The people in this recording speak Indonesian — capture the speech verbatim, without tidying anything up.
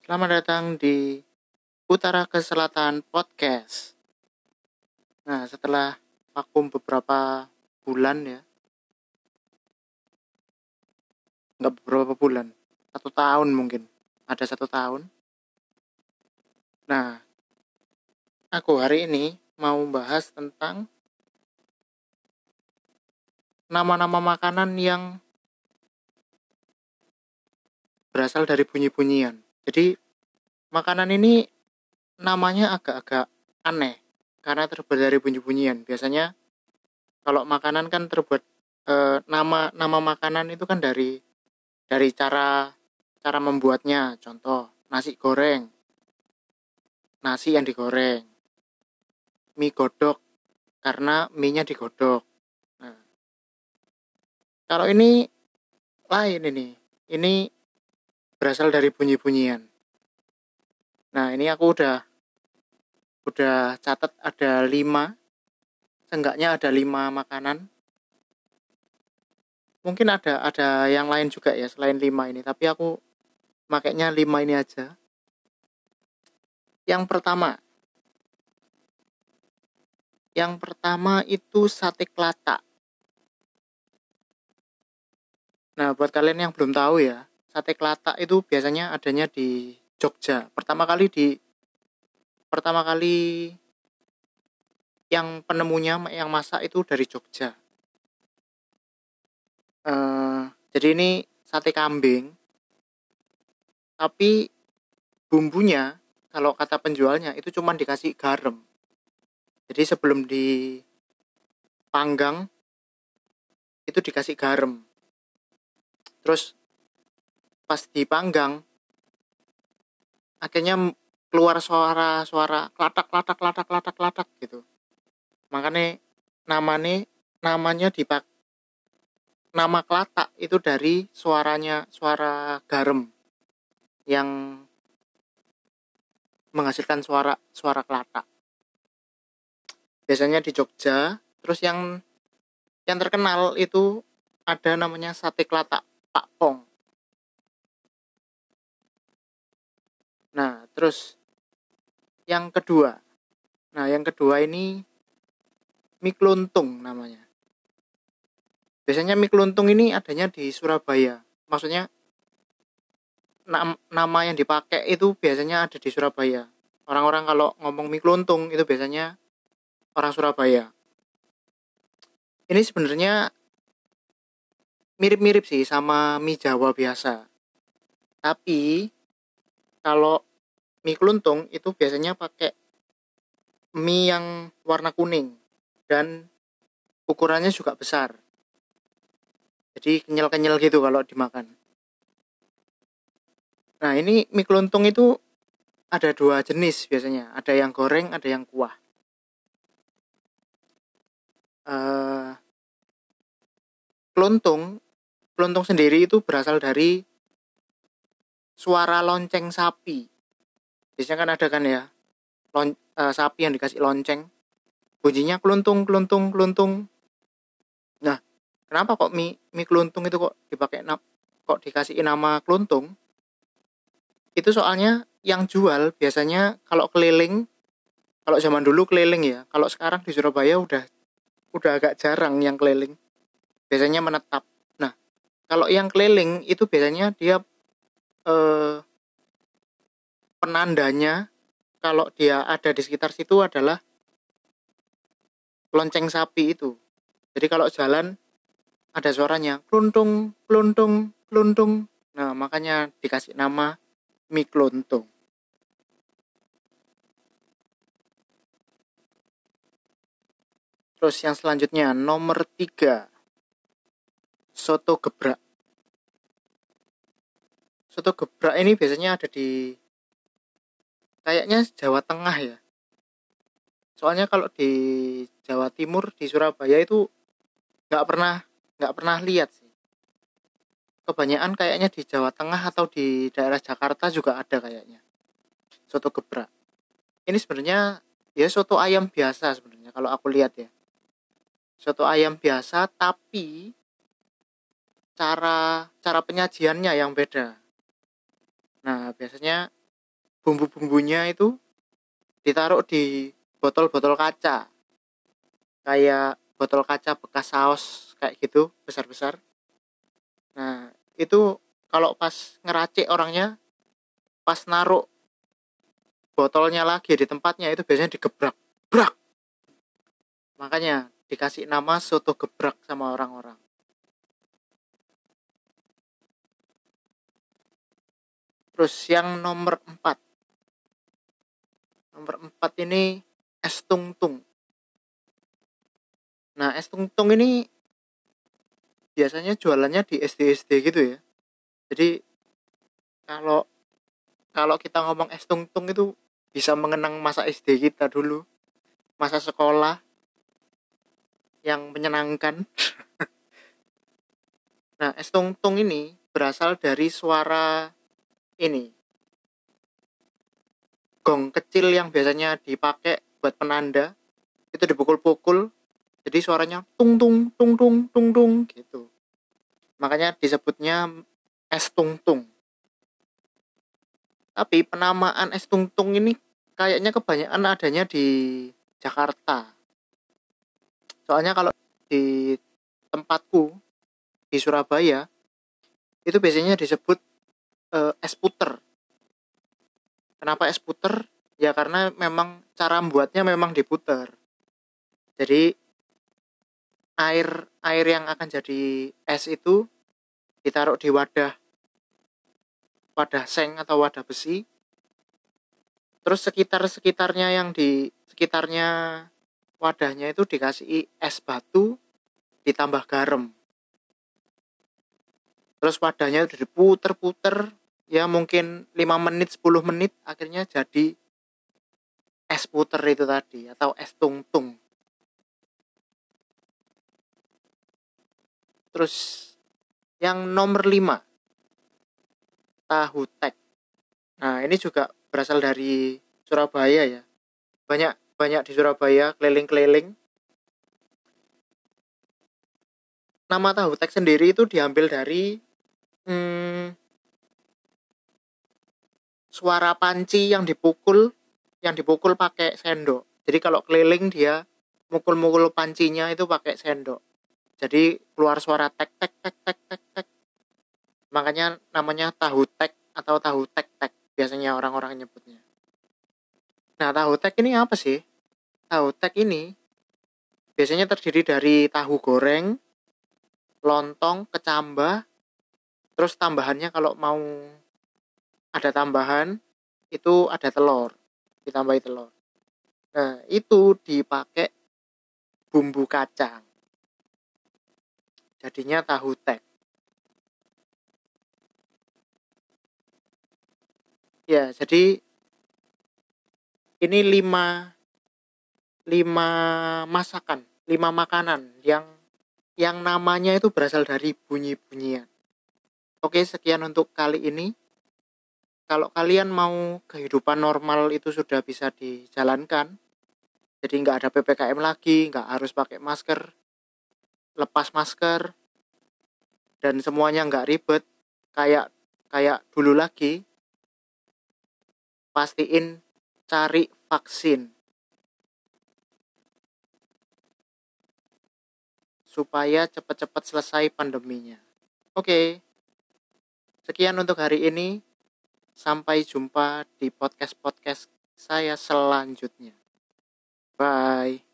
Selamat datang di Utara ke Selatan Podcast. Nah, setelah vakum beberapa bulan ya, nggak beberapa bulan, satu tahun mungkin, ada satu tahun. Nah, aku hari ini mau bahas tentang nama-nama makanan yang berasal dari bunyi-bunyian. Jadi, makanan ini namanya agak-agak aneh, karena terbuat dari bunyi-bunyian. Biasanya, kalau makanan kan terbuat, eh, nama nama makanan itu kan dari dari cara cara membuatnya. Contoh, nasi goreng, nasi yang digoreng, mie godok karena mie-nya digodok. Nah, kalau ini lain ini. Ini berasal dari bunyi-bunyian. Nah, ini aku udah udah catat ada lima, seenggaknya ada lima makanan. Mungkin ada ada yang lain juga ya selain lima ini, tapi aku makainya lima ini aja. Yang pertama, yang pertama itu sate kelata. Nah, buat kalian yang belum tahu ya, sate kelata itu biasanya adanya di Jogja. Pertama kali di pertama kali yang penemunya yang masak itu dari Jogja. Uh, jadi ini sate kambing, tapi bumbunya kalau kata penjualnya itu cuma dikasih garam. Jadi sebelum dipanggang itu dikasih garam. Terus pas dipanggang akhirnya keluar suara-suara klatak klatak klatak klatak klatak gitu. Makanya namanya namanya dipak nama kelatak itu dari suaranya suara garam yang menghasilkan suara suara kelatak. Biasanya di Jogja. Terus yang yang terkenal itu ada namanya sate kelatak Pak Pong. Nah, terus yang kedua. Nah, yang kedua ini mie keluntung namanya. Biasanya mie keluntung ini adanya di Surabaya. Maksudnya nama yang dipakai itu biasanya ada di Surabaya. Orang-orang kalau ngomong mie keluntung itu biasanya orang Surabaya. Ini sebenarnya mirip-mirip sih sama mie Jawa biasa. Tapi kalau mie keluntung itu biasanya pakai mie yang warna kuning dan ukurannya juga besar. Jadi kenyal-kenyal gitu kalau dimakan. Nah, ini mie keluntung itu ada dua jenis biasanya. Ada yang goreng, ada yang kuah. Uh, keluntung, keluntung sendiri itu berasal dari suara lonceng sapi. Biasanya kan ada kan ya, lon, uh, sapi yang dikasih lonceng. Bunyinya keluntung, keluntung, keluntung. Nah, kenapa kok mie, mie keluntung itu kok dipakai kok dikasih nama keluntung? Itu soalnya yang jual biasanya kalau keliling, kalau zaman dulu keliling ya, kalau sekarang di Surabaya udah udah agak jarang yang keliling. Biasanya menetap. Nah, kalau yang keliling itu biasanya dia eh, penandanya kalau dia ada di sekitar situ adalah lonceng sapi itu. Jadi kalau jalan ada suaranya kluntung, kluntung, kluntung. Nah, makanya dikasih nama mie keluntung. Terus yang selanjutnya nomor tiga, soto gebrak. Soto gebrak ini biasanya ada di kayaknya Jawa Tengah ya. Soalnya kalau di Jawa Timur di Surabaya itu nggak pernah nggak pernah lihat sih. Kebanyakan kayaknya di Jawa Tengah atau di daerah Jakarta juga ada kayaknya soto gebrak. Ini sebenarnya ya soto ayam biasa sebenarnya kalau aku lihat ya. Soto ayam biasa tapi cara cara penyajiannya yang beda. Nah, biasanya bumbu-bumbunya itu ditaruh di botol-botol kaca, kayak botol kaca bekas saus kayak gitu, besar-besar. Nah, itu kalau pas ngeracik orangnya, pas naruh botolnya lagi di tempatnya itu biasanya digebrak. Brak. Makanya dikasih nama soto gebrak sama orang-orang. Terus yang nomor empat. Nomor empat ini es tungtung. Nah, es tungtung ini biasanya jualannya di S D S D gitu ya. Jadi kalau kalau kita ngomong es tungtung itu bisa mengenang masa S D kita dulu, masa sekolah yang menyenangkan. Nah, es tungtung ini berasal dari suara ini, gong kecil yang biasanya dipakai buat penanda, itu dipukul-pukul, jadi suaranya tung tung tung tung tung tung gitu. Makanya disebutnya es tungtung. Tapi penamaan es tungtung ini kayaknya kebanyakan adanya di Jakarta. Soalnya kalau di tempatku di Surabaya itu biasanya disebut uh, es puter. Kenapa es puter? Ya karena memang cara membuatnya memang diputer. Jadi air air yang akan jadi es itu ditaruh di wadah wadah seng atau wadah besi. Terus sekitar-sekitarnya yang di sekitarnya wadahnya itu dikasih es batu ditambah garam. Terus wadahnya udah diputer-puter ya mungkin lima menit sepuluh menit, akhirnya jadi es puter itu tadi atau es tungtung. Terus yang nomor lima, tahu tek. Nah, ini juga berasal dari Surabaya ya. Banyak banyak di Surabaya keliling-keliling. Nama tahu tek sendiri itu diambil dari hmm, suara panci yang dipukul yang dipukul pakai sendok. Jadi kalau keliling dia mukul-mukul pancinya itu pakai sendok. Jadi keluar suara tek tek tek tek tek tek. Makanya namanya tahu tek atau tahu tek tek biasanya orang-orang nyebutnya. Nah, tahu tek ini apa sih? Tahu tek ini biasanya terdiri dari tahu goreng, lontong, kecambah, terus tambahannya kalau mau ada tambahan itu ada telur, ditambahi telur. Nah, itu dipakai bumbu kacang. Jadinya tahu tek. Ya, jadi ini lima lima masakan, lima makanan yang yang namanya itu berasal dari bunyi-bunyian. Oke, sekian untuk kali ini. Kalau kalian mau kehidupan normal itu sudah bisa dijalankan, jadi nggak ada P P K M lagi, nggak harus pakai masker, lepas masker, dan semuanya nggak ribet, kayak kayak dulu lagi, pastiin cari vaksin supaya cepat-cepat selesai pandeminya. Oke, sekian untuk hari ini. Sampai jumpa di podcast-podcast saya selanjutnya. Bye.